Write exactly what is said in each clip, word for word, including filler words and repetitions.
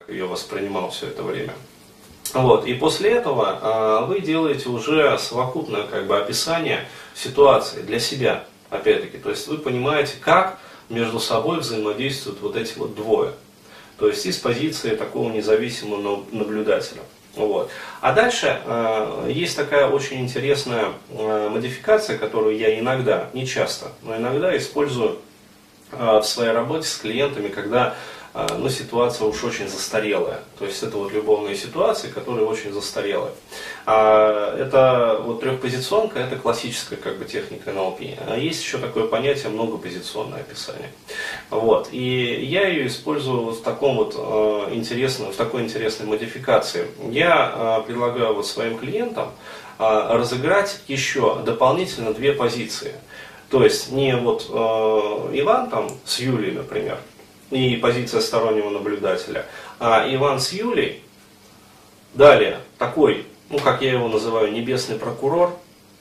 ее воспринимал все это время. Вот. И после этого э, вы делаете уже совокупное как бы описание ситуации для себя, опять-таки. То есть вы понимаете, как между собой взаимодействуют вот эти вот двое. То есть из позиции такого независимого наблюдателя. Вот. А дальше э, есть такая очень интересная э, модификация, которую я иногда, не часто, но иногда использую э, в своей работе с клиентами, когда э, ну, ситуация уж очень застарелая. То есть это вот любовные ситуации, которые очень застарелые. А, это вот трехпозиционка, это классическая как бы техника эн эл пи. А есть еще такое понятие многопозиционное описание. Вот. И я ее использую вот в таком вот э, интересном, в такой интересной модификации. Я э, предлагаю вот своим клиентам э, разыграть еще дополнительно две позиции. То есть не вот э, Иван там с Юлей, например, и позиция стороннего наблюдателя, а Иван с Юлей. Далее такой, ну как я его называю, небесный прокурор,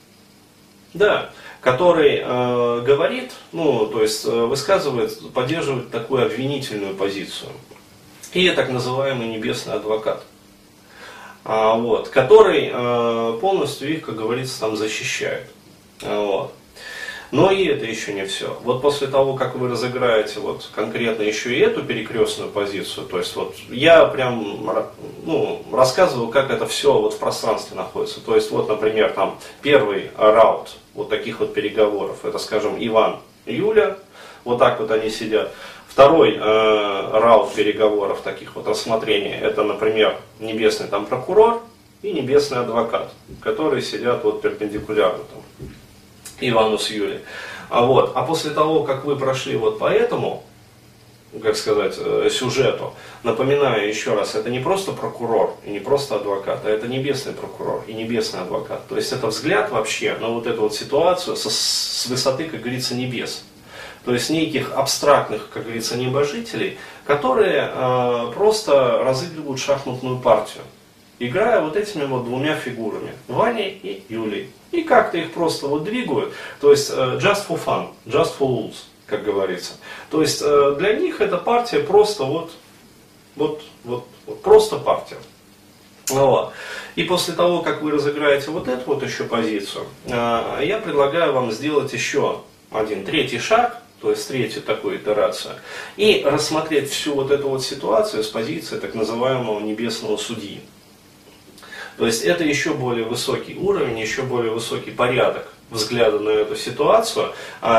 да, который э, говорит, ну то есть э, высказывает, поддерживает такую обвинительную позицию. И так называемый небесный адвокат, а, вот, который э, полностью их, как говорится, там защищает. Вот. Но и это еще не все. Вот после того, как вы разыграете вот конкретно еще и эту перекрестную позицию, то есть вот я прям ну, рассказываю, как это все вот в пространстве находится. То есть вот, например, там первый раунд вот таких вот переговоров, это, скажем, Иван и Юля, вот так вот они сидят. Второй э, раунд переговоров, таких вот рассмотрений, это, например, небесный там прокурор и небесный адвокат, которые сидят вот перпендикулярно там Ивану с Юлей. А, вот, а после того, как вы прошли вот по этому, как сказать, сюжету, напоминаю еще раз, это не просто прокурор и не просто адвокат, а это небесный прокурор и небесный адвокат. То есть это взгляд вообще на вот эту вот ситуацию со, с высоты, как говорится, небес. То есть неких абстрактных, как говорится, небожителей, которые э, просто разыгрывают шахматную партию, играя вот этими вот двумя фигурами, Ваней и Юлей. И как-то их просто вот двигают, то есть just for fun, just for lulz, как говорится. То есть для них эта партия просто вот, вот, вот, вот просто партия. Вот. И после того, как вы разыграете вот эту вот еще позицию, я предлагаю вам сделать еще один третий шаг, то есть третью такую итерацию, и рассмотреть всю вот эту вот ситуацию с позиции так называемого небесного судьи. То есть это еще более высокий уровень, еще более высокий порядок взгляда на эту ситуацию.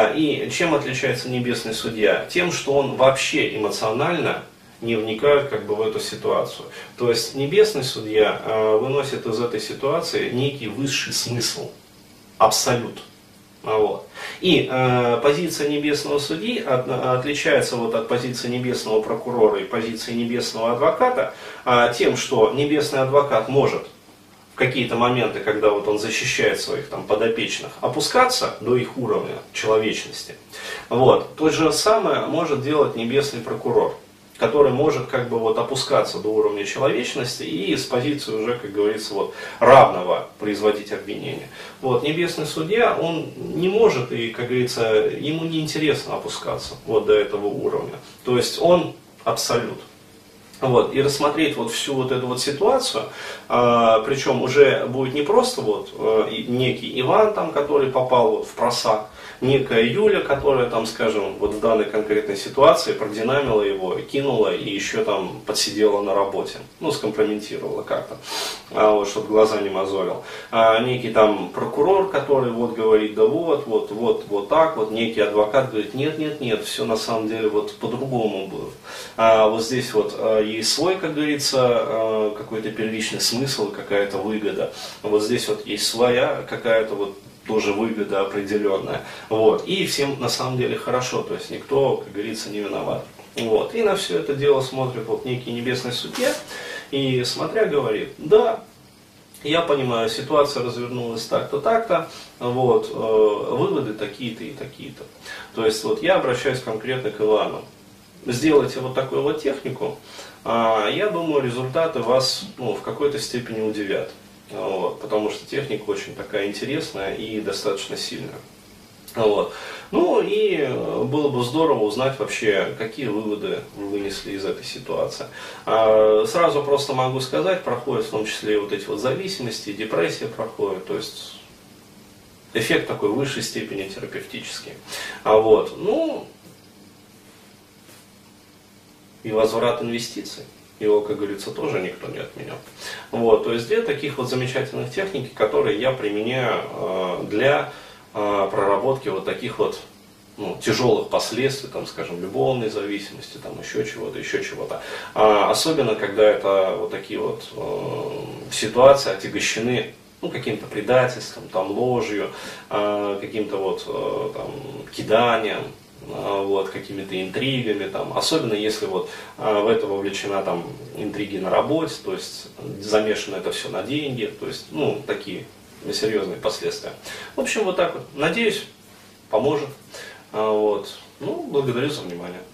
И чем отличается небесный судья? Тем, что он вообще эмоционально не вникает как бы в эту ситуацию. То есть небесный судья выносит из этой ситуации некий высший смысл, абсолют. Вот. И э, позиция небесного судьи от, отличается вот от позиции небесного прокурора и позиции небесного адвоката э, тем, что небесный адвокат может в какие-то моменты, когда вот он защищает своих там подопечных, опускаться до их уровня человечности. Вот. То же самое может делать небесный прокурор, который может как бы вот опускаться до уровня человечности и с позиции уже, как говорится, вот равного производить обвинение. Вот. Небесный судья, он не может и, как говорится, ему не интересно опускаться вот до этого уровня. То есть он абсолют. Вот, и рассмотреть вот всю вот эту вот ситуацию, а, причем уже будет не просто вот а, некий Иван, там, который попал вот в просак, некая Юля, которая там, скажем, вот в данной конкретной ситуации продинамила его, кинула и еще там подсидела на работе, ну, скомпрометировала как-то, а, вот, чтобы глаза не мозолил. А, некий там прокурор, который вот говорит, да вот, вот, вот, вот так, вот, некий адвокат говорит, нет, нет, нет, все на самом деле вот по-другому было. А, вот здесь вот а, есть свой, как говорится, а, какой-то первичный смысл, какая-то выгода. Вот здесь вот есть своя какая-то вот тоже выгода определенная. Вот. И всем на самом деле хорошо, то есть никто, как говорится, не виноват. Вот. И на все это дело смотрит вот некий небесный судья и смотря говорит, да, я понимаю, ситуация развернулась так-то, так-то, вот, э, выводы такие-то и такие-то. То есть вот я обращаюсь конкретно к Ивану. Сделайте вот такую вот технику, э, я думаю, результаты вас ну, в какой-то степени удивят. Вот, потому что техника очень такая интересная и достаточно сильная. Вот. Ну и было бы здорово узнать вообще, какие выводы вы вынесли из этой ситуации. Сразу просто могу сказать, проходят в том числе и вот эти вот зависимости, депрессия проходит, то есть эффект такой в высшей степени терапевтический. А вот, ну, и возврат инвестиций. Его, как говорится, тоже никто не отменял. Вот, то есть две таких вот замечательных техники, которые я применяю э, для э, проработки вот таких вот ну, тяжелых последствий, там, скажем, любовной зависимости, там, еще чего-то, еще чего-то. А, особенно, когда это вот такие вот э, ситуации отягощены ну, каким-то предательством, там, ложью, э, каким-то вот э, там, киданием, вот, какими-то интригами, там, особенно если вот а, в это вовлечена там интриги на работе, то есть замешано это все на деньги, то есть, ну, такие серьезные последствия. В общем, вот так вот. Надеюсь, поможет. А, вот. Ну, благодарю за внимание.